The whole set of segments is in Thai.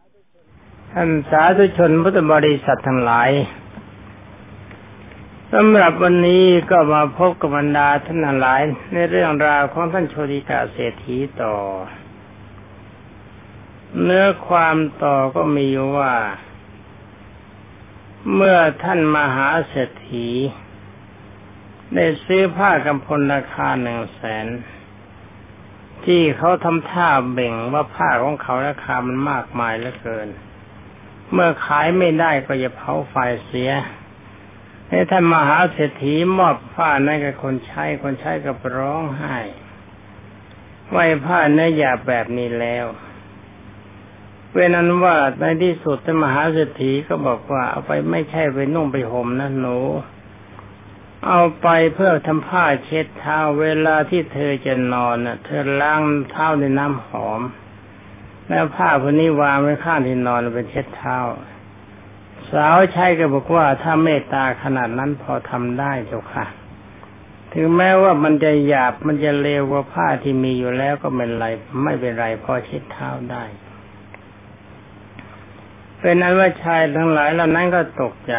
ท่านสาธุชนพุทธบริษัททั้งหลายสำหรับวันนี้ก็มาพบกับบรรดาท่านทั้งหลายในเรื่องราวของท่านโชติกาเศรษฐีต่อเนื้อความต่อก็มีอยู่ว่าเมื่อท่านมหาเศรษฐีได้ซื้อผ้ากำพลราคา100,000ที่เขาทำท่าเบ่งว่าผ้าของเขาราคามันมากมายเหลือเกินเมื่อขายไม่ได้ก็จะเผาไฟเสียให้ท่านมหาเศรษฐีมอบผ้านั้นกับคนใช้ก็ร้องไห้ไว้ผ้าเนื้อหยาบแบบนี้แล้วเป็นนั้นว่าในที่สุดท่านมหาเศรษฐีก็บอกว่าเอาไปไม่ใช่ไปนุ่งไปห่มนะหนูเอาไปเพื่อทำผ้าเช็ดเท้าเวลาที่เธอจะนอนน่ะเธอล้างเท้าด้วยน้ำหอมแล้วผ้าพวกนี้วางไว้ข้างที่นอนเป็นเช็ดเท้าสาวใช้ก็บอกว่าถ้าเมตตาขนาดนั้นพอทำได้เจ้าค่ะถึงแม้ว่ามันจะหยาบมันจะเลวกว่าผ้าที่มีอยู่แล้วก็ไม่เป็นไรพอเช็ดเท้าได้เป็นนั้นว่าชายทั้งหลายเหล่านั้นก็ตกใจ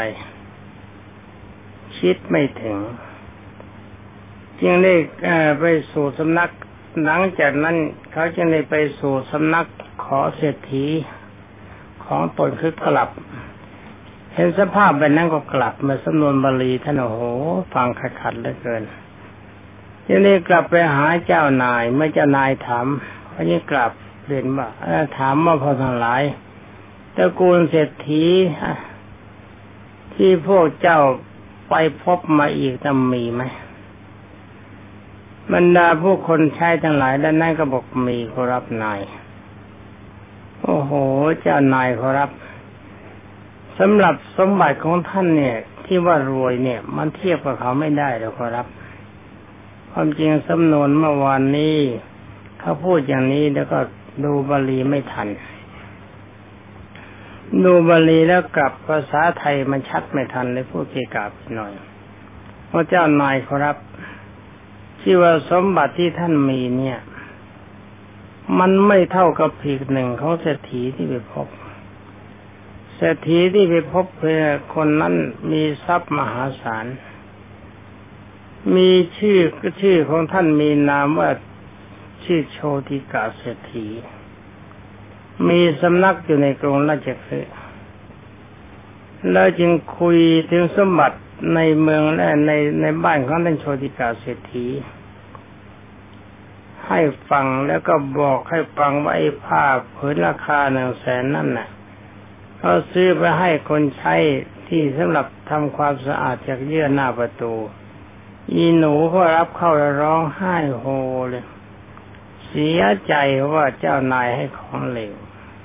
คิดไม่ถึงจึงได้ไปสู่สำนักหลังจากนั้นเขาจึงได้ไปสู่สำนักขอเศรษฐีของตนคือกลับเห็นสภาพแบบนั้นก็กลับมาสำนวนบาลีท่านโอ้โหฟังขัดเหลือเกินจึงได้กลับไปหาเจ้านายเมื่อเจ้านายถามเขาจึงกลับเรียนว่าถามว่าพอทั้งหลายตระกูลเศรษฐีที่พวกเจ้าไปพบมาอีกจะมีไหมบรรดาผู้คนใช้ทั้งหลายด้านนั้นก็บอกมีขอรับนายโอ้โหเจ้านายขอรับสำหรับสมบัติของท่านเนี่ยที่ว่ารวยเนี่ยมันเทียบกับเขาไม่ได้หรอกขอรับความจริงสำนวนเมื่อวานนี้เขาพูดอย่างนี้แล้วก็ดูบาลีไม่ทันดูบาลีแล้วกลับภาษาไทยมันชัดไม่ทันเลยพูดเกะกะไปหน่อยพระเจ้านายขอรับที่ว่าสมบัติที่ท่านมีเนี่ยมันไม่เท่ากับผีหนึ่งของเศรษฐีที่ไปพบเศรษฐีที่ไปพบเพื่อคนนั้นมีทรัพย์มหาศาลมีชื่อของท่านมีนามว่าชื่อโชติกาเศรษฐีมีสำนักอยู่ในกรุงราชคฤห์แล้วจึงคุยถึงสมบัติในเมืองและในบ้านของท่านโชติกาเศรษฐีให้ฟังแล้วก็บอกให้ฟังว่าไอ้ผ้าผืนราคา100,000นั่นน่ะเขาซื้อไปให้คนใช้ที่สำหรับทำความสะอาดจากเยื่อหน้าประตูอีหนูพอรับเข้าแล้วร้องไห้โฮเลยเสียใจว่าเจ้านายให้ของเหลว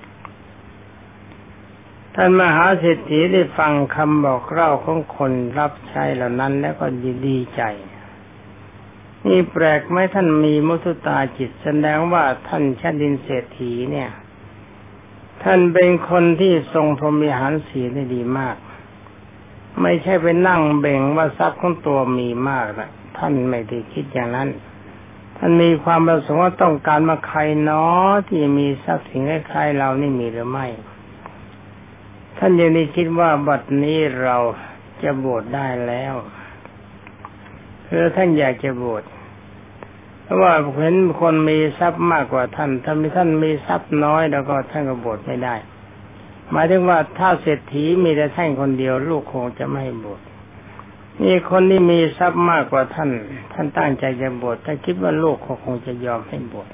ท่านมหาเศรษฐีได้ฟังคำบอกเล่าของคนรับใช้เหล่านั้นแล้วก็ดีใจนี่แปลกไหมท่านมีมุทุตาจิตแสดงว่าท่านชดินเศรษฐีเนี่ยท่านเป็นคนที่ทรงพรหมิหารศีลได้ดีมากไม่ใช่ไปนั่งเบ่งว่าทรัพย์ของตัวมีมากนะท่านไม่ได้คิดอย่างนั้นท่านมีความประสงค์ว่าต้องการมาใครเนาะที่มีทรัพย์สินคล้ายๆเรานี่มีหรือไม่ท่านยังได้คิดว่าบัดนี้เราจะบวชได้แล้วคือท่านอยากจะบวชเพราะว่าเห็นคนมีทรัพย์มากกว่าท่านถ้าท่านมีทรัพย์น้อยแล้วก็ท่านก็บวชไม่ได้หมายถึงว่าถ้าเศรษฐีมีแต่ท่านคนเดียวลูกคงจะไม่ให้บวชนี่คนที่มีทรัพย์มากกว่าท่านตั้งใจจะบวชท่านคิดว่าลูกคงจะยอมให้บวช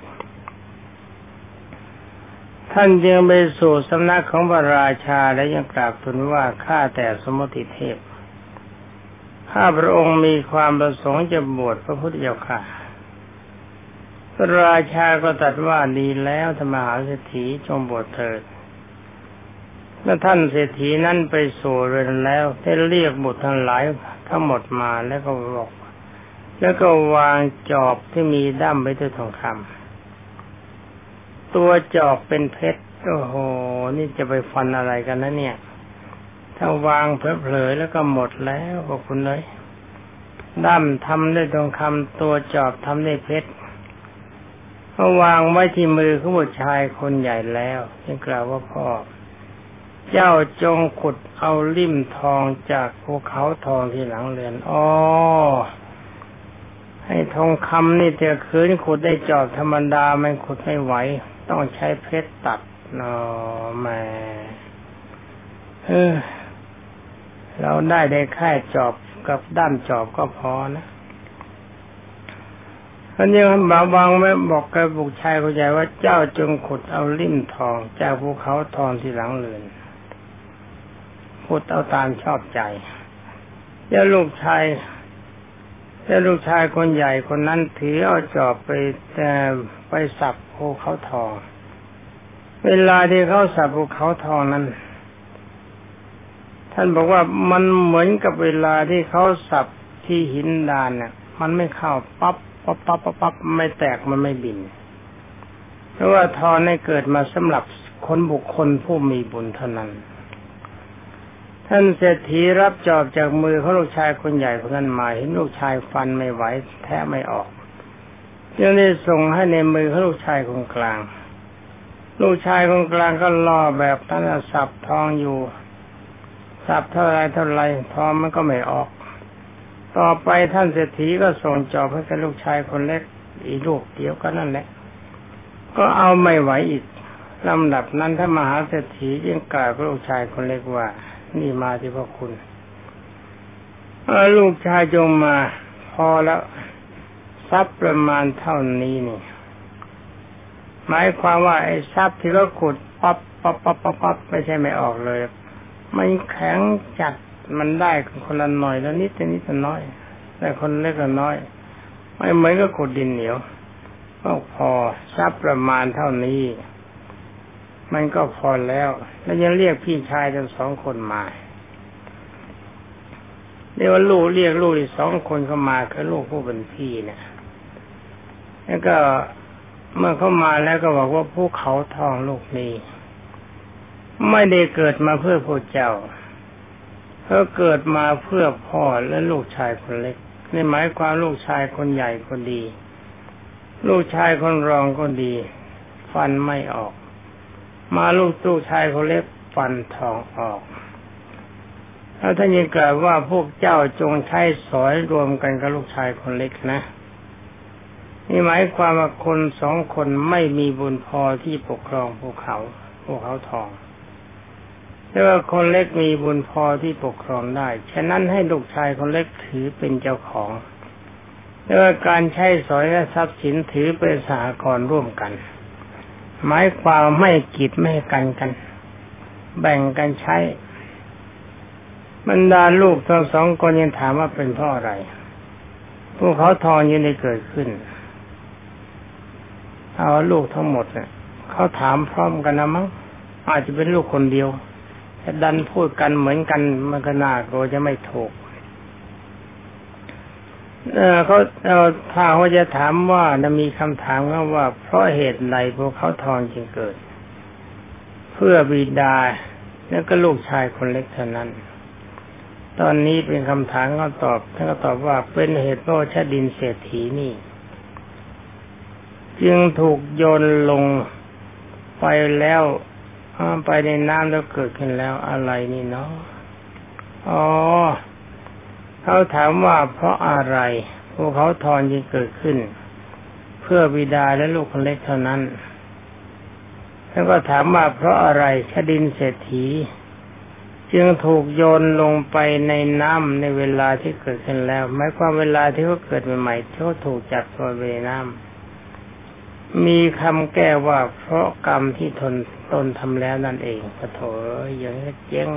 ท่านจึงไปสู่สำนักของพระราชาและยังกราบทูลว่าข้าแต่สมุติเทพข้าพระองค์มีความประสงค์จะบวชพระพุทธเจ้าค่ะพระราชาก็ตรัสว่าดีแล้วท่านมหาเศรษฐีจงบวชเถิดเมื่อท่านเศรษฐีนั้นไปสู่เรือนแล้วได้เรียกบุตรทั้งหลายทั้งหมดมาแล้วก็บอกแล้วก็วางจอบที่มีด้ามไว้ด้วยทองคำตัวจอบเป็นเพชรโอ้โหนี่จะไปฟันอะไรกันนะเนี่ยถ้าวางเผลอๆแล้วก็หมดแล้วพวกคุณเลยด้ามทำด้วยทองคำตัวจอบทำด้วยเพชรพอวางไว้ที่มือของบุตรชายคนใหญ่แล้วจึงกล่าวว่าพ่อเจ้าจงขุดเอาลิ่มทองจากภูเขาทองที่หลังเรือนอ๋อให้ทองคำนี่เถอะคืนขุดได้จอบธรรมดามันขุดไม่ไหวต้องใช้เพชรตัดแม่เราได้แค่จอบกับด้ามจอบก็พอนะอันนี้มันบางไว้บอกกับบุตรชายคนใหญ่ว่าเจ้าจงขุดเอาลิ่มทองจากภูเขาทองที่หลังเรือนขุดเอาตามชอบใจแล้วลูกชายคนใหญ่คนนั้นถือเอาจอบไปสับภูเขาทองเวลาที่เขาสับภูเขาทองนั้นท่านบอกว่ามันเหมือนกับเวลาที่เขาสับที่หินดานน่ะมันไม่เข้าปั๊บไม่แตกมันไม่บินเพราะว่าทองได้เกิดมาสำหรับคนบุคคลผู้มีบุญเท่านั้นท่านเศรษฐีรับจอบจากมือของลูกชายคนใหญ่คนนั้นมาเห็นลูกชายฟันไม่ไหวแทะไม่ออกจึงได้ส่งให้ในมือของลูกชายคนกลางลูกชายคนกลางก็ล่อแบบนั้นสับทองอยู่สับเท่าไรทองมันก็ไม่ออกต่อไปท่านเศรษฐีก็ส่งจอบให้กับลูกชายคนเล็กอีกลูกเดียวก็นั่นแหละก็เอาไม่ไหวอีกลำดับนั้นท่านมหาเศรษฐีจึงกล่าวกับลูกชายคนเล็กว่านี่มาที่พ่อคุณลูกชายจงมาพอแล้วทรัพย์ประมาณเท่านี้นี่หมายความว่าไอ้ทรัพย์ที่เขาขุดปั๊บไม่ใช่ไม่ออกเลยมันแข็งจัดมันได้คนละหน่อยแล้วนิดน้อยแต่คนเล็กก็น้อยไม่เหมือนกับขุดดินเหนียวก็พอทรัพย์ประมาณเท่านี้มันก็พอแล้วยังเรียกพี่ชายทั้ง2 คนมาเรียกว่าเรียกลูกอีก2 คนเข้ามาคือลูกผู้เป็นพี่เนี่ยแล้วก็เมื่อเข้ามาแล้วก็บอกว่าภูเขาทองลูกนี้ไม่ได้เกิดมาเพื่อพระเจ้าเขาเกิดมาเพื่อพ่อและลูกชายคนเล็กนี่หมายความลูกชายคนใหญ่ก็ดีลูกชายคนรองก็ดีฟันไม่ออกมาลูกชายคนเล็กฟันทองออกแล้วท่านยังกล่าวว่าพวกเจ้าจงใช้สอยรวมกันกับลูกชายคนเล็กนะนี่หมายความว่าคน2 คนไม่มีบุญพอที่ปกครองภูเขาทองแต่ว่าคนเล็กมีบุญพอที่ปกครองได้ฉะนั้นให้ลูกชายคนเล็กถือเป็นเจ้าของแต่ว่าการใช้สอยและทรัพย์สินถือเป็นสหกรณ์ร่วมกันหมายความไม่กีดไม่กันแบ่งกันใช้บรรดาลูกทั้ง2 คนยังถามว่าเป็นเพราะอะไรพวกเขาทองยังได้เกิดขึ้นเอาลูกทั้งหมดเนี่ยเขาถามพร้อมกันนะมั้งอาจจะเป็นลูกคนเดียวแต่ดันพูดกันเหมือนกันมันก็น่ากลัวจะไม่ถูกเขาถ้าเขาจะถามว่ามีคำถามว่าเพราะเหตุใดพวกเขาทองจึงเกิดเพื่อบิดาแล้วก็ลูกชายคนเล็กเท่านั้นตอนนี้เป็นคำถามเขาตอบท่านก็ตอบว่าเป็นเหตุเพราะชดินเศรษฐีนี่จึงถูกโยนลงไปแล้วไปในน้ำแล้วเกิดขึ้นแล้วอะไรนี่เนาะเขาถามว่าเพราะอะไรพวกเขาทองจึงเกิดขึ้นเพื่อบิดาและลูกคนเล็กเท่านั้นแล้วก็ถามว่าเพราะอะไรชดินเศรษฐีจึงถูกโยนลงไปในน้ำในเวลาที่เกิดขึ้นแล้วหมายความเวลาที่เขาเกิดใหม่ๆที่เขาถูกจับตัวในน้ำมีคำแก้ว่าเพราะกรรมที่ตนทำแล้วนั่นเองปะโถอย่างนี้เจ๊ง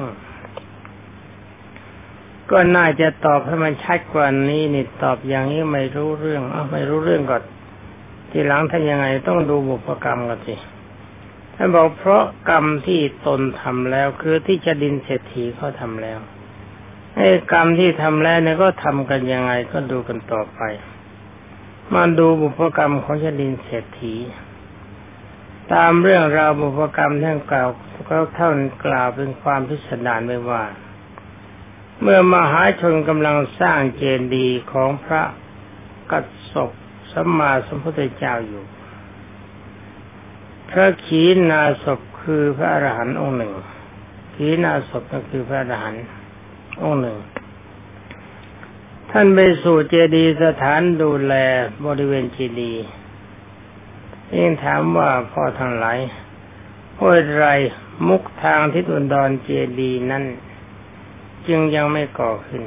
ก็น่าจะตอบให้มันชัดกว่านี้นี่ตอบอย่างนี้ไม่รู้เรื่องไม่รู้เรื่องก่อนทีหลังท่านยังไงต้องดูบุพกรรมก่อนสิท่านบอกเพราะกรรมที่ตนทำแล้วคือที่ชดินเศรษฐีเขาทำแล้วไอ้กรรมที่ทำแล้วเนี่ยก็ทำกันยังไงก็ดูกันต่อไปมาดูบุพกรรมของชดินเศรษฐีตามเรื่องราวบุพกรรมท่านกล่าวก็เท่ากล่าวเป็นความพิสดารไว้ว่าเมื่อมหาชนกำลังสร้างเจดีย์ของพระกัสสปสัมมาสัมพุทธเจ้าอยู่พระขีณาสพคือพระอรหันต์องค์หนึ่งขีณาสพก็คือพระอรหันต์องค์หนึ่งท่านไปสู่เจดีย์สถานดูแลบริเวณเจดีย์เองถามว่าพ่อทั้งหลายเพราะอะไรมุขทางทิศอุดรเจดีย์นั้นจึงยังไม่ก่อขึ้น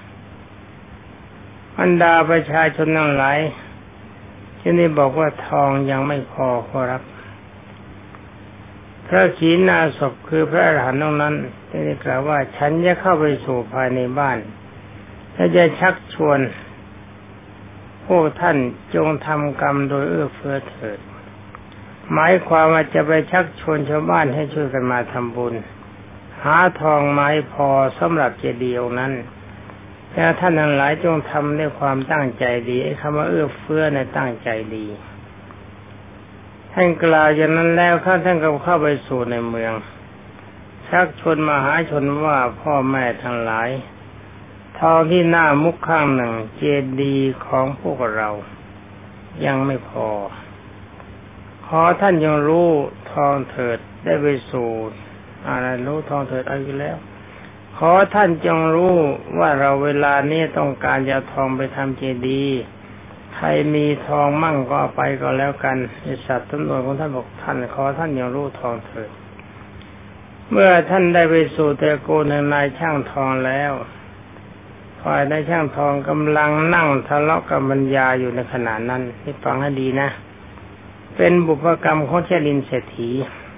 บรรดาประชาชนทั้งหลายจึงได้บอกว่าทองยังไม่พอขอรับพระขีณาสพคือพระอรหันต์นั้นได้กล่าวว่าฉันจะเข้าไปสู่ภายในบ้านและจะชักชวนพวกท่านจงทำกรรมโดยเอื้อเฟื้อเถิดหมายความว่าจะไปชักชวนชาวบ้านให้ช่วยกันมาทำบุญหาทองไม้พอสำหรับเจดีย์องค์นั้นแต่ท่านทั้งหลายจงทำด้วยความตั้งใจดีไอ้คำว่าเอื้อเฟื้อในตั้งใจดีท่านกล่าวอย่างนั้นแล้วท่านก็เข้าไปสู่ในเมืองชักชวนมหาชนว่าพ่อแม่ทั้งหลายทองที่หน้ามุขข้างหนึ่งเจดีย์ของพวกเรายังไม่พอขอท่านยังรู้ทองเถิดได้ไปสู่อะไรรู้ทองเถิดเอาอยู่แล้วขอท่านจงรู้ว่าเราเวลานี้ต้องการจะทองไปทำเจดีย์ใครมีทองมั่งก็เอาไปก็แล้วกันไอ้สัตว์ทั้งหมดของท่านบอกท่านขอท่านยังรู้ทองเถิดเมื่อท่านได้ไปสู่ตระกูลแห่งนายช่างทองแล้วฝ่ายนายช่างทองกำลังนั่งทะเลาะกับบรรยาอยู่ในขณะนั้นนี่ฟังให้ดีนะเป็นบุพกรรมของเชลินเศรษฐี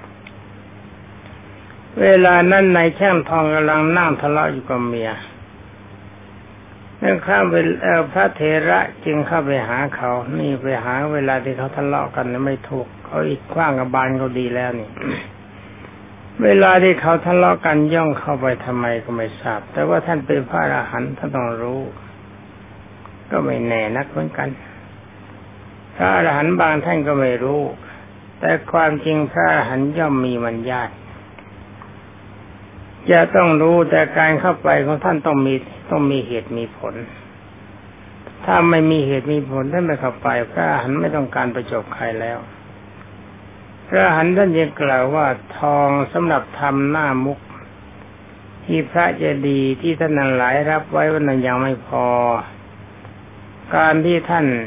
เวลานั้นนายช่างทองกำลังนั่งทะเลาะอยู่กับเมียนั่นข้ามไปพระเถระจึงเข้าไปหาเขานี่ไปหาเวลาที่เขาทะเลาะกันไม่ถูกเขาอีกขว้างกับบานเขาดีแล้วนี่ เวลาที่เขาทะเลาะกันย่องเข้าไปทำไมก็ไม่ทราบแต่ว่าท่านเป็นพระอรหันต์ท่านต้องรู้ก็ไม่แน่นักเหมือนกันพระอรหันต์บางท่านก็ไม่รู้แต่ความจริงพระอรหันต์ย่อมมีมัญญาตจะต้องรู้แต่การเข้าไปของท่านต้องมีเหตุมีผลถ้าไม่มีเหตุมีผลท่านไม่เข้าไปพระอรหันต์ไม่ต้องการประจบใครแล้วพระอรหันต์ท่านยังกล่าวว่าทองสำหรับทำหน้ามุขที่พระเจดีย์ที่ท่านนั้นหลายรับไว้ว่านั้นยังไม่พอการที่ท่าน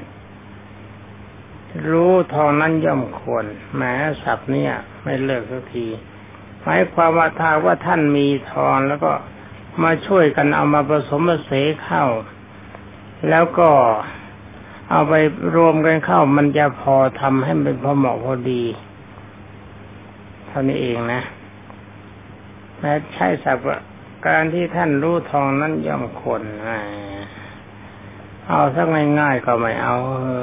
รู้ทองนั้นย่อมควรแหมศัพท์เนี่ยไม่เลิกสักทีหมายความว่าถ้าว่าท่านมีทองแล้วก็มาช่วยกันเอามาผสมผสานเข้าแล้วก็เอาไปรวมกันเข้ามันจะพอทำให้เป็นพอเหมาะพอดีเท่านี้เองนะแม้ใช่ศัพท์ว่าการที่ท่านรู้ทองนั้นย่อมควรเอาสักง่ายๆก็ไม่เอา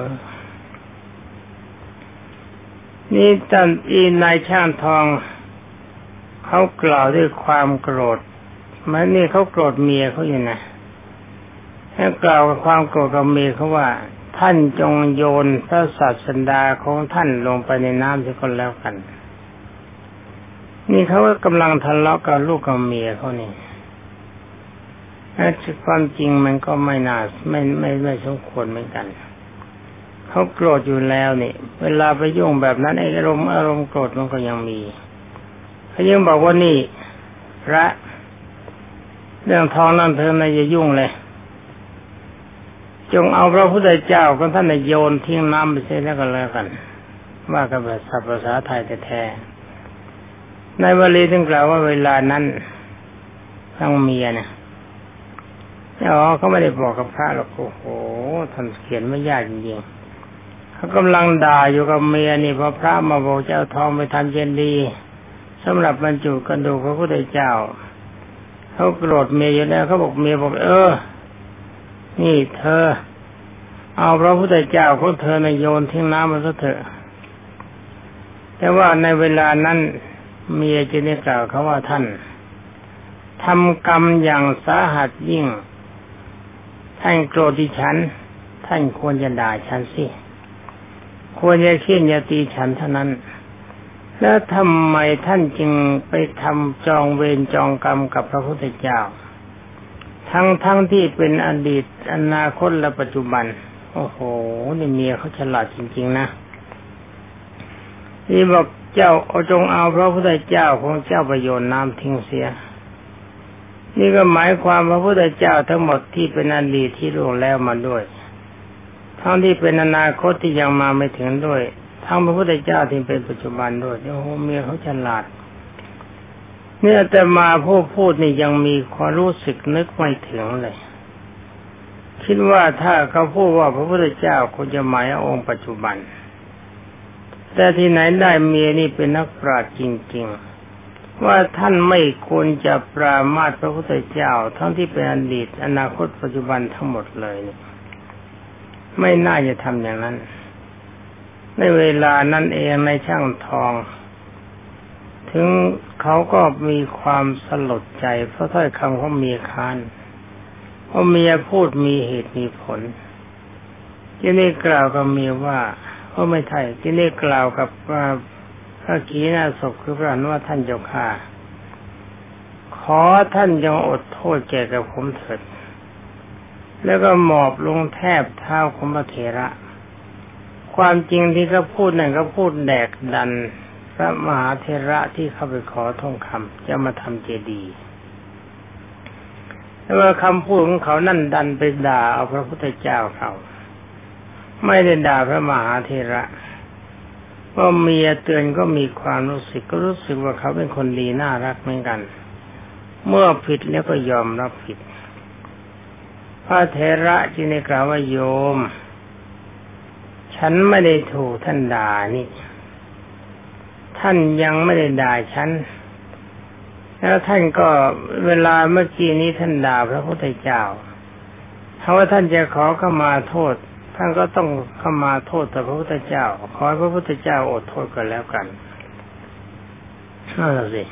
นี่ท่านนายช่างทองเขากล่าวด้วยความโกรธมันนี่เขาโกรธเมียเขาอยู่นะให้กล่าวกับความโกรธกับเมียเขาว่าท่านจงโยนพระศาสดาของท่านลงไปในน้ำที่คนแล้วกันนี่เขากำลังทะเลาะกับลูกกับเมียเขานี่ความจริงมันก็ไม่น่าไม่สมควรเหมือนกันเขาโกรธอยู่แล้วนี่เวลาไปยุ่งแบบนั้นไอ้อารมณ์โกรธมันก็ยังมีเขายังบอกว่านี่พระเรื่องทองนั่นเธอไม่จะยุ่งเลยจงเอาพระพุทธเจ้าของท่านโยนทิ้งน้ำไปเสียแล้วกันแล้วกันว่ากันแบบภาษาไทยแท้ๆในวลีถึงกล่าวว่าเวลานั้นทั้งเมียนะเขาไม่ได้บอกกับพระหรอกโอ้โหท่านเขียนไม่ยากจริงๆเขากำลังด่าอยู่กับเมียนี่พอพระมาบอกจะเอาทองไปทำเจดีย์สำหรับบรรจุกระดูกพระพุทธเจ้าเขาโกรธเมียอยู่แล้วเขาบอกเมียบอกนี่เธอเอาพระพุทธเจ้าของเธอโยนทิ้งน้ำมันซะเถอะแต่ว่าในเวลานั้นเมียจึงได้กล่าวเขาว่าท่านทำกรรมอย่างสาหัสยิ่งท่านโกรธดิฉันท่านควรจะด่าฉันสิควรจะเฆี่ยนอย่าตีฉันเท่านั้นแล้วทำไมท่านจึงไปทำจองเวรจองกรรมกับพระพุทธเจ้าทั้งที่เป็นอดีตอนาคตและปัจจุบันโอ้โหนี่เมียเขาฉลาดจริงๆนะนี่บอกเจ้าจงเอาพระพุทธเจ้าของเจ้าประโยชน์น้ำทิ้งเสียนี่ก็หมายความพระพุทธเจ้าทั้งหมดที่เป็นอดีตที่ล่วงแล้วมาด้วยทั้งที่เป็นอนาคตที่ยังมาไม่ถึงด้วยทั้งพระพุทธเจ้าที่เป็นปัจจุบันด้วยโอ้โหเมียเขาฉลาดเนี่ยแต่มาผู้พูดนี่ยังมีความรู้สึกนึกไม่ถึงเลยคิดว่าถ้าเขาพูดว่าพระพุทธเจ้าคงจะหมายองค์ปัจจุบันแต่ที่ไหนได้เมียนี่เป็นนักปราชญ์จริงๆว่าท่านไม่ควรจะปรามาสพระพุทธเจ้าทั้งที่เป็นอดีตอนาคตปัจจุบันทั้งหมดเลยนี่ไม่น่าจะทำอย่างนั้นในเวลานั้นเองในช่างทองถึงเขาก็มีความสลดใจเพราะถ้อยคำของเมียค้านเพราะเมียพูดมีเหตุมีผลที่นี่กล่าวกับเมียว่าไม่ใช่ที่นี่กล่าวกับพระขีณาสพคือพระอนุว่าท่านเจ้าข้าขอท่านจงอดโทษแก่กับผมเถิดแล้วก็หมอบลงแทบเท้าของพระเถระความจริงที่เขาพูดนั่นเขาพูดแดกดันพระมหาเถระที่เข้าไปขอทองคำจะมาทำเจดีย์แต่ว่าคำพูดของเขานั่นดันไปด่าเอาพระพุทธเจ้าเขาไม่ได้ด่าพระมหาเถระว่าเมียเตือนก็มีความรู้สึกว่าเขาเป็นคนดีน่ารักเหมือนกันเมื่อผิดแล้วก็ยอมรับผิดพระเถระจึงได้กล่าวว่าโยมฉันไม่ได้ถูกท่านด่านี่ท่านยังไม่ได้ด่าฉันแล้วท่านก็เวลาเมื่อกี้นี้ท่านด่าพระพุทธเจ้าถ้าว่าท่านจะขอขมาโทษท่านก็ต้องขมาโทษต่อพระพุทธเจ้าขอให้พระพุทธเจ้าอดโทษกันแล้วกันนั่นแหละสิ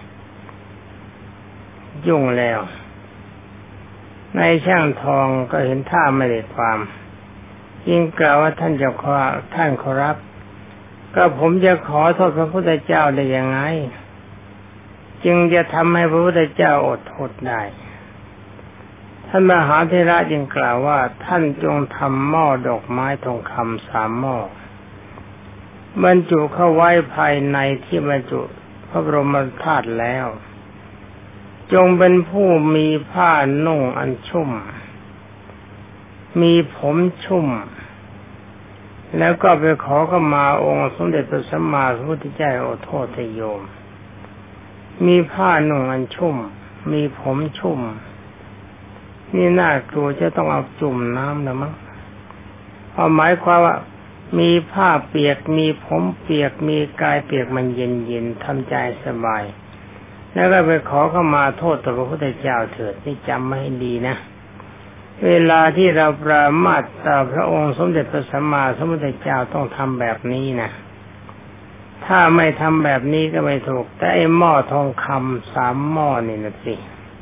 ยุ่งแล้วนายช่างทองก็เห็นท่าไม่ได้ความยิ่งกล่าวว่าท่านจะขอท่านขอรับก็ผมจะขอโทษพระพุทธเจ้าได้ยังไงจึงจะทำให้พระพุทธเจ้าอดโทษได้ท่านมหาเถระจึงกล่าวว่าท่านจงทำหม้อดอกไม้ทองคำ3 หม้อบรรจุเข้าไว้ภายในที่บรรจุพระบรมธาตุแล้วจงเป็นผู้มีผ้านุ่งอันชุ่มมีผมชุ่มแล้วก็ไปขอเข้ามาองค์สมเด็จพระสัมมาสัมพุทธเจ้าอดโทษโยมมีผ้านุ่งอันชุ่มมีผมชุ่มนี่น่ากลัวจะต้องเอาจุ่มน้ำนะมั้งหมายความว่ามีผ้าเปียกมีผมเปียกมีกายเปียกมันเย็นๆทำใจสบายแล้วก็ไปขอเข้ามาโทษต่อพระพุทธเจ้าเถิดนี่จำไว้ให้ดีนะเวลาที่เราปรามาสต่อพระองค์สมเด็จพระสัมมาสัมพุทธเจ้าต้องทำแบบนี้นะถ้าไม่ทำแบบนี้ก็ไม่ถูกแต่ไอ้หม้อทองคำ3 หม้อนี่นะสิ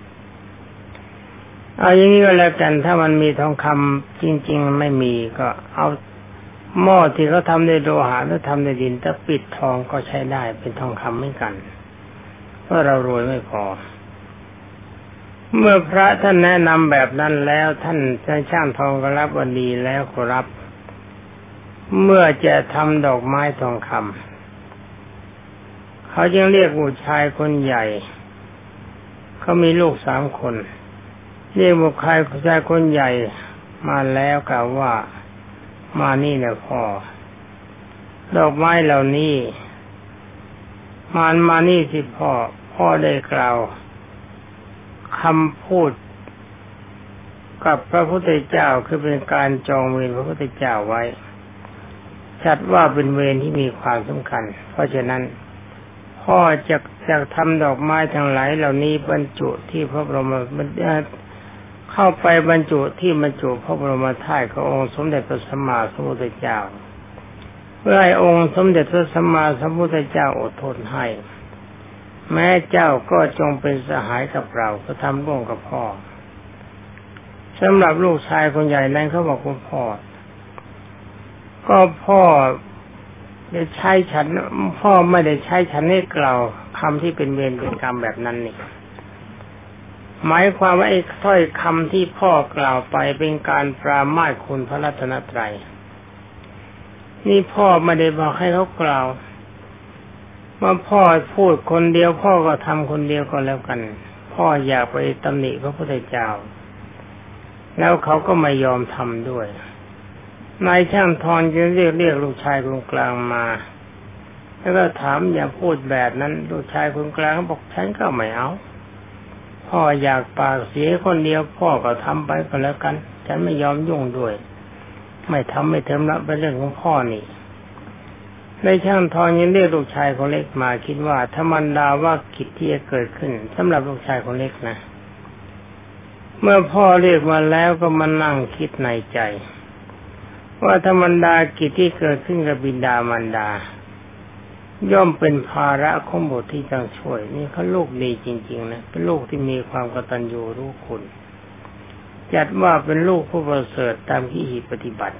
เอาอย่างนี้ก็แล้วกันถ้ามันมีทองคำจริงๆไม่มีก็เอาหม้อที่เขาทำด้วยโลหะหรือทำด้วยดินถ้าปิดทองก็ใช้ได้เป็นทองคำเหมือนกันเพราะเรารวยไม่พอเมื่อพระท่านแนะนำแบบนั้นแล้วท่านช่างทองก็รับว่าดีแล้วขอรับเมื่อจะทำดอกไม้ทองคำเขาจึงเรียกผู้ชายคนใหญ่เขามีลูก3 คนเรียกบุคคลผู้ชายคนใหญ่มาแล้วกล่าวว่ามานี่นะพ่อดอกไม้เหล่านี้มานี่สิพ่อได้กล่าวคำพูดกับพระพุทธเจ้าคือเป็นการจองเวรพระพุทธเจ้าไว้จัดว่าเป็นเวรที่มีความสำคัญเพราะฉะนั้นพ่อจะทำดอกไม้ทั้งหลายเหล่านี้บรรจุที่พระบรมเข้าไปบรรจุที่บรรจุพระบรมธาตุขององค์สมเด็จพระสัมมาสัมพุทธเจ้าเพื่อให้องค์สมเด็จพระสัมมาสัมพุทธเจ้าอดทนให้แม้เจ้าก็จงเป็นสหายกับเราก็ทำร่วมกับพ่อสำหรับลูกชายคนใหญ่นั้นเขาบอกคุณพ่อก็พ่อได้ใช้ฉันพ่อไม่ได้ใช้ฉันให้กล่าวคำที่เป็นเวรเป็นกรรมแบบนั้นนี่หมายความว่าไอ้ถ้อยคำที่พ่อกล่าวไปเป็นการปรามาสคุณพระรัตนตรัยนี่พ่อไม่ได้บอกให้เขากล่าวว่าพ่อพูดคนเดียวพ่อก็ทำคนเดียวก็แล้วกันพ่ออยากไปตำหนิพระพุทธเจ้าแล้วเขาก็ไม่ยอมทำด้วยนายช่างทองจึงเรียกลูกชายคนกลางมาแล้วก็ถามอย่าพูดแบบนั้นลูกชายคนกลางบอกฉันก็ไม่เอาพ่ออยากปากเสียคนเดียวพ่อก็ทำไปก็แล้วกันฉันไม่ยอมยุ่งด้วยไม่ทำไม่เทิมละเป็นเรื่องของพ่อนี่ในช่างทองยังเรียกลูกชายคนเล็กมาคิดว่าธรรมดาว่ากิจที่จะเกิดขึ้นสำหรับลูกชายคนเล็กนะเมื่อพ่อเรียกมาแล้วก็มานั่งคิดในใจว่าธรรมดากิจที่เกิดขึ้นกับบิดามารดาย่อมเป็นภาระของบุตรที่ต้องช่วยนี่เขาลูกดีจริงๆนะเป็นลูกที่มีความกตัญญูรู้คุณจัดว่าเป็นลูกผู้ประเสริฐตามที่ปฏิบัติ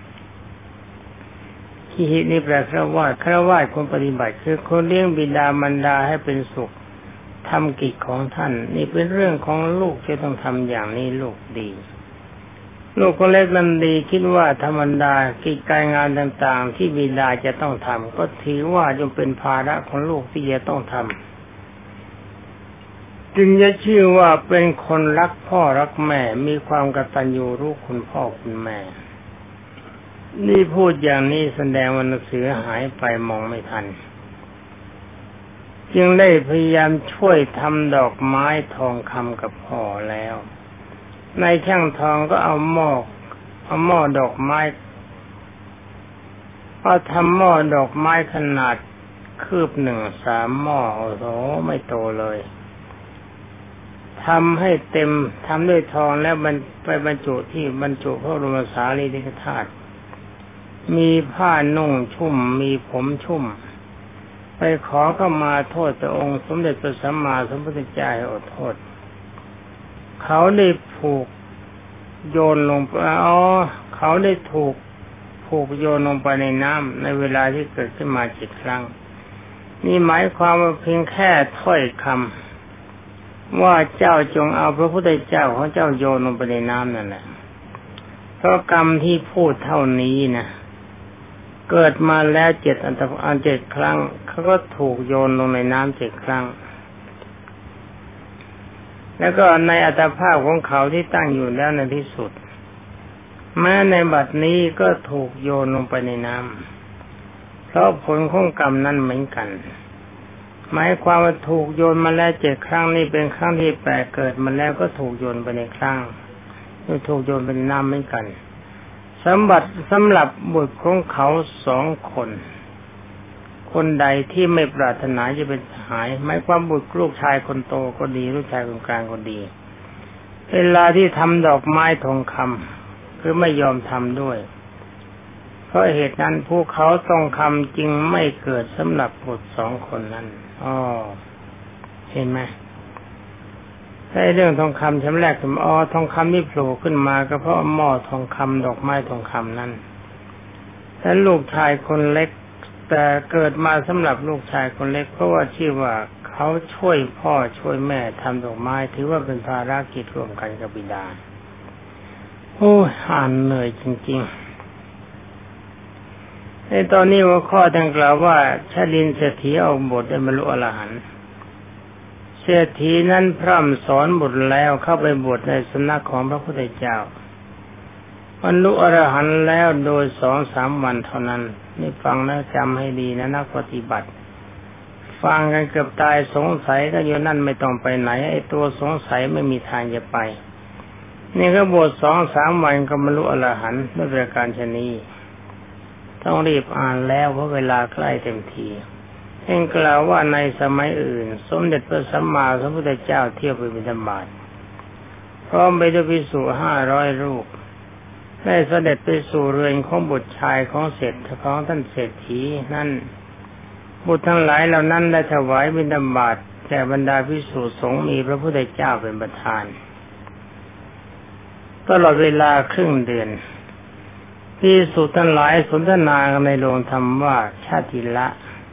ที่นี่แปลครวาสคนปฏิบัติคือคนเลี้ยงบิดามารดาให้เป็นสุขทำกิจของท่านนี่เป็นเรื่องของลูกที่ต้องทำอย่างนี้ลูกดีลูกคนเล็กนั้นดีคิดว่าธรรมดากิจการงานต่างๆที่บิดาจะต้องทำก็ถือว่าย่อมเป็นภาระของลูกที่จะต้องทำจึงจะชื่อว่าเป็นคนรักพ่อรักแม่มีความกตัญญูรู้คุณพ่อคุณแม่นี่พูดอย่างนี้แสดงว่าหนังสือหายไปมองไม่ทันจึงได้พยายามช่วยทำดอกไม้ทองคำกับพ่อแล้วนายช่างทองก็เอาหม้อดอกไม้พอทำหม้อดอกไม้ขนาดคืบหนึ่ง3 หม้อโอ้โหไม่โตเลยทำให้เต็มทำด้วยทองแล้วมันไปบรรจุที่บรรจุพระบรมสารีริกธาตุมีผ้านุ่งชุ่มมีผมชุ่มไปขอเข้ามาโทษพระองค์สมเด็จพระสัมมาสัมพุทธเจ้าให้อดโทษเขาได้ผูกโยนลงเขาได้ถูกผูกโยนลงไปในน้ำในเวลาที่เกิดขึ้นมา7 ครั้งนี่หมายความว่าเพียงแค่ถ้อยคำว่าเจ้าจงเอาพระพุทธเจ้าของเจ้าโยนลงไปในน้ำนั่นแหละเพราะกรรมที่พูดเท่านี้นะเกิดมาแล้ว7 ครั้งเขาก็ถูกโยนลงในน้ำ7 ครั้งแล้วก็ในอัตภาพของเขาที่ตั้งอยู่แล้วในที่สุดแม้ในบัดนี้ก็ถูกโยนลงไปในน้ำเพราะผลของกรรมนั้นเหมือนกันหมายความว่าถูกโยนมาแล้ว7 ครั้งนี่เป็นครั้งที่8เกิดมาแล้วก็ถูกโยนไปในครั้งถูกโยนไปในน้ำเหมือนกันสำหรับบุตรของเขา2 คนใดที่ไม่ปรารถนาจะเป็นทหารหมายความบุตรลูกชายคนโตก็ดีลูกชายคนกลางก็ดีเวลาที่ทำดอกไม้ทองคำคือไม่ยอมทำด้วยเพราะเหตุนั้นภูเขาทองคำจึงไม่เกิดสำหรับบุตร2 คนนั้นเห็นไหมใช่เรื่องทองคำชั้นแรกทองคำที่โผล่ขึ้นมาก็เพราะหม้อทองคำดอกไม้ทองคำนั้นแต่ลูกชายคนเล็กแต่เกิดมาสำหรับลูกชายคนเล็กเพราะว่าชื่อว่าเขาช่วยพ่อช่วยแม่ทำดอกไม้ถือว่าเป็นภารกิจร่วมกันกับบิดาอ่านเหนื่อยจริงๆในตอนนี้หัวข้อดังกล่าวว่าชลินเศรษฐีเอาบทได้บรรลุอรหันต์เศรษฐีนั้นพร่ำสอนบุตรแล้วเข้าไปบวชในสำนักของพระพุทธเจ้าบรรลุอรหันต์แล้วโดย2-3 วันเท่านั้นนี่ฟังแล้วจำให้ดีนะนักปฏิบัติฟังกันเกือบตายสงสัยก็อยู่นั่นไม่ต้องไปไหนไอ้ตัวสงสัยไม่มีทางจะไปนี่ก็บวช2-3 วันก็บรรลุอรหันต์ด้วยประการฉะนี้ต้องรีบอ่านแล้วเพราะเวลาใกล้เต็มทีเห็นกล่าวว่าในสมัยอื่นสมเด็จพระสัมมาสัมพุทธเจ้าเที่ยวไปบิณฑบาตพร้อมไปด้วยภิกษุ500 รูปได้เสด็จไปสู่เรือนของบุตรชายของท่านเศรษฐีนั้นบุตรทั้งหลายเหล่านั้นได้ถวายบิณฑบาตแก่บรรดาภิกษุสงฆ์มีพระพุทธเจ้าเป็นประธานตลอดเวลาครึ่งเดือนภิกษุทั้งหลายสนทนากันในโรงธรรมว่าชาติละ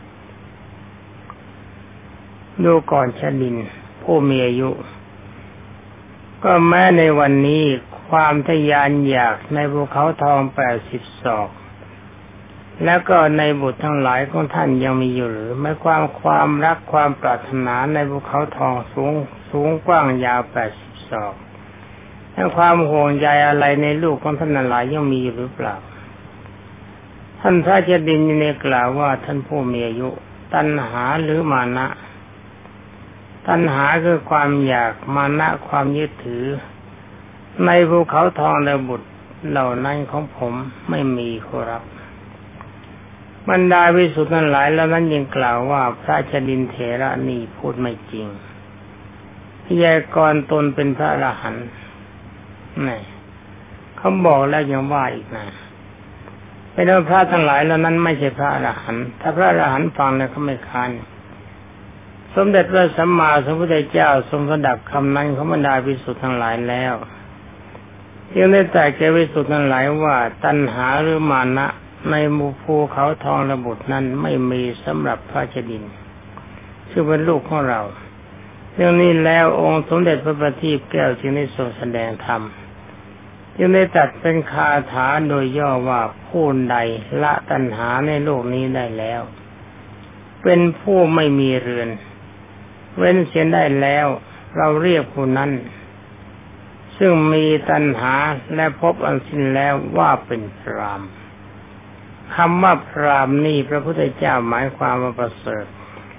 ดูก่อนชลินผู้มีอายุก็แม้ในวันนี้ความทะยานอยากในภูเขาทอง80 ศอกแล้วก็ในบุตรทั้งหลายของท่านยังมีอยู่หรือไม่ความรักความปรารถนาในภูเขาทองสูงกว้างยาว80 ศอกและความห่วงใยอะไรในลูกของท่านหลายยังมีอยู่หรือเปล่าท่านพระเจ้าดินในกล่าวว่าท่านผู้มีอายุตัณหาหรือมานะตัณหาคือความอยากมานะความยึดถือในภูเขาทองและบุตรเหล่านั้นของผมไม่มีขอรับบรรดาภิกษุทั้งหลายแล้วนั้นยังกล่าวว่าพระเจ้าดินเถระนี่พูดไม่จริงพยากรณ์ตนเป็นพระอรหันต์นี่เขาบอกแล้วยังว่าอีกนะเป็นว่าพระทั้งหลายแล้วนั้นไม่ใช่พระอรหันต์ถ้าพระอรหันต์ฟังแล้วเขาไม่ค้านสมเด็จพระสัมมาสัมพุทธเจ้าทรงสดับคำนั้นของบรรดาภิกษุทั้งหลายแล้วจึงได้ตรัสแก่ภิกษุทั้งหลายว่าตัณหาหรือมานะในหมู่ภูเขาทองและบุตรนั้นไม่มีสำหรับพระเจ้าดินซึ่งเป็นลูกของเราเรื่องนี้แล้วองค์สมเด็จพระบัณฑิตแก้วจึงได้ทรงแสดงธรรมจึงได้ตรัสเป็นคาถาโดยย่อว่าผู้ใดละตัณหาในโลกนี้ได้แล้วเป็นผู้ไม่มีเรือนเว้นเสียได้แล้วเราเรียกผู้นั้นซึ่งมีตัณหาและพบอันสิ้นแล้วว่าเป็นพรามคำว่าพรามนี่พระพุทธเจ้าหมายความว่าประเสริฐ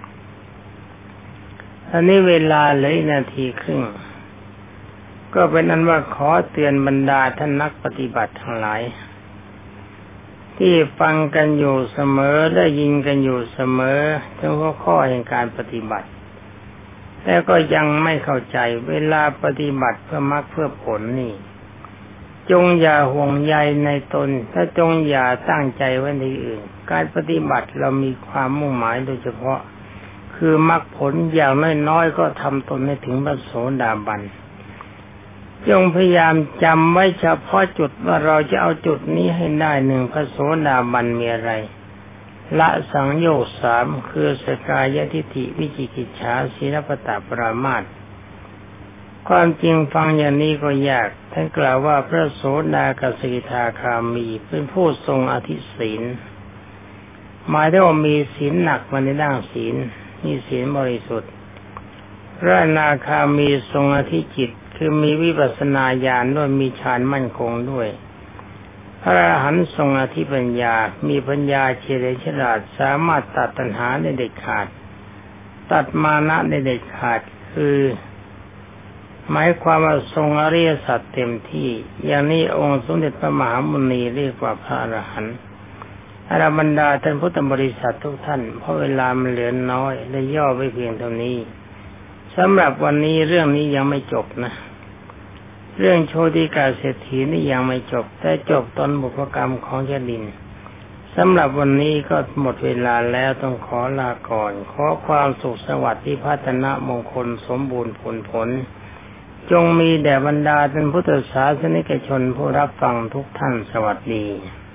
อันนี้เวลาเหลือนาทีครึ่งก็เป็นนั้นว่าขอเตือนบรรดาท่านนักปฏิบัติทั้งหลายที่ฟังกันอยู่เสมอได้ยินกันอยู่เสมอถึงหัวข้อแห่งการปฏิบัติแล้วก็ยังไม่เข้าใจเวลาปฏิบัติเพื่อมรรคเพื่อผลนี่จงอย่าห่วงใยในตนถ้าจงอย่าตั้งใจไว้ในอื่นการปฏิบัติเรามีความมุ่งหมายโดยเฉพาะคือมรรคผลอย่างน้อยๆก็ทำตนให้ถึงพระโสดาบันจงพยายามจำไว้เฉพาะจุดว่าเราจะเอาจุดนี้ให้ได้1พระโสดาบันมีอะไรละสังโยชน์3คือสกายทิฏฐิวิจิกิจฉาศีลปตปรามาสความจริงฟังอย่างนี้ก็ยากท่านกล่าวว่าพระโสดากับสกิทาคามีเป็นผู้ทรงอธิศีลหมายถึงว่ามีศีลหนักมาในด้านศีลมีศีลบริสุทธิ์พระอนาคามีทรงอธิจิตคือมีวิปัสสนาญาณด้วยมีฌานมั่นคงด้วยพระอรหันต์ทรงอธิปัญญามีปัญญาเฉลียวฉลาดสามารถตัดตัณหาได้เด็ดขาดตัดมานะได้เด็ดขาดคือหมายความว่าทรงอริยสัจเต็มที่อย่างนี้องค์สมเด็จพระมหามุนีเรียกว่าพระอรหันต์อรบรรดาท่านพุทธบริษัททุกท่านเพราะเวลามันเหลือน้อยได้ย่อไว้เพียงเท่านี้สำหรับวันนี้เรื่องนี้ยังไม่จบนะเรื่องโชติกาเศรษฐีนี่ยังไม่จบแต่จบตอนบุพกรรมของเจ้าดินสำหรับวันนี้ก็หมดเวลาแล้วต้องขอลาก่อนขอความสุขสวัสดิ์ที่พัฒนามงคลสมบูรณ์ผลจงมีแด่บรรดาท่านพุทธศาสนิกชนผู้รับฟังทุกท่านสวัสดี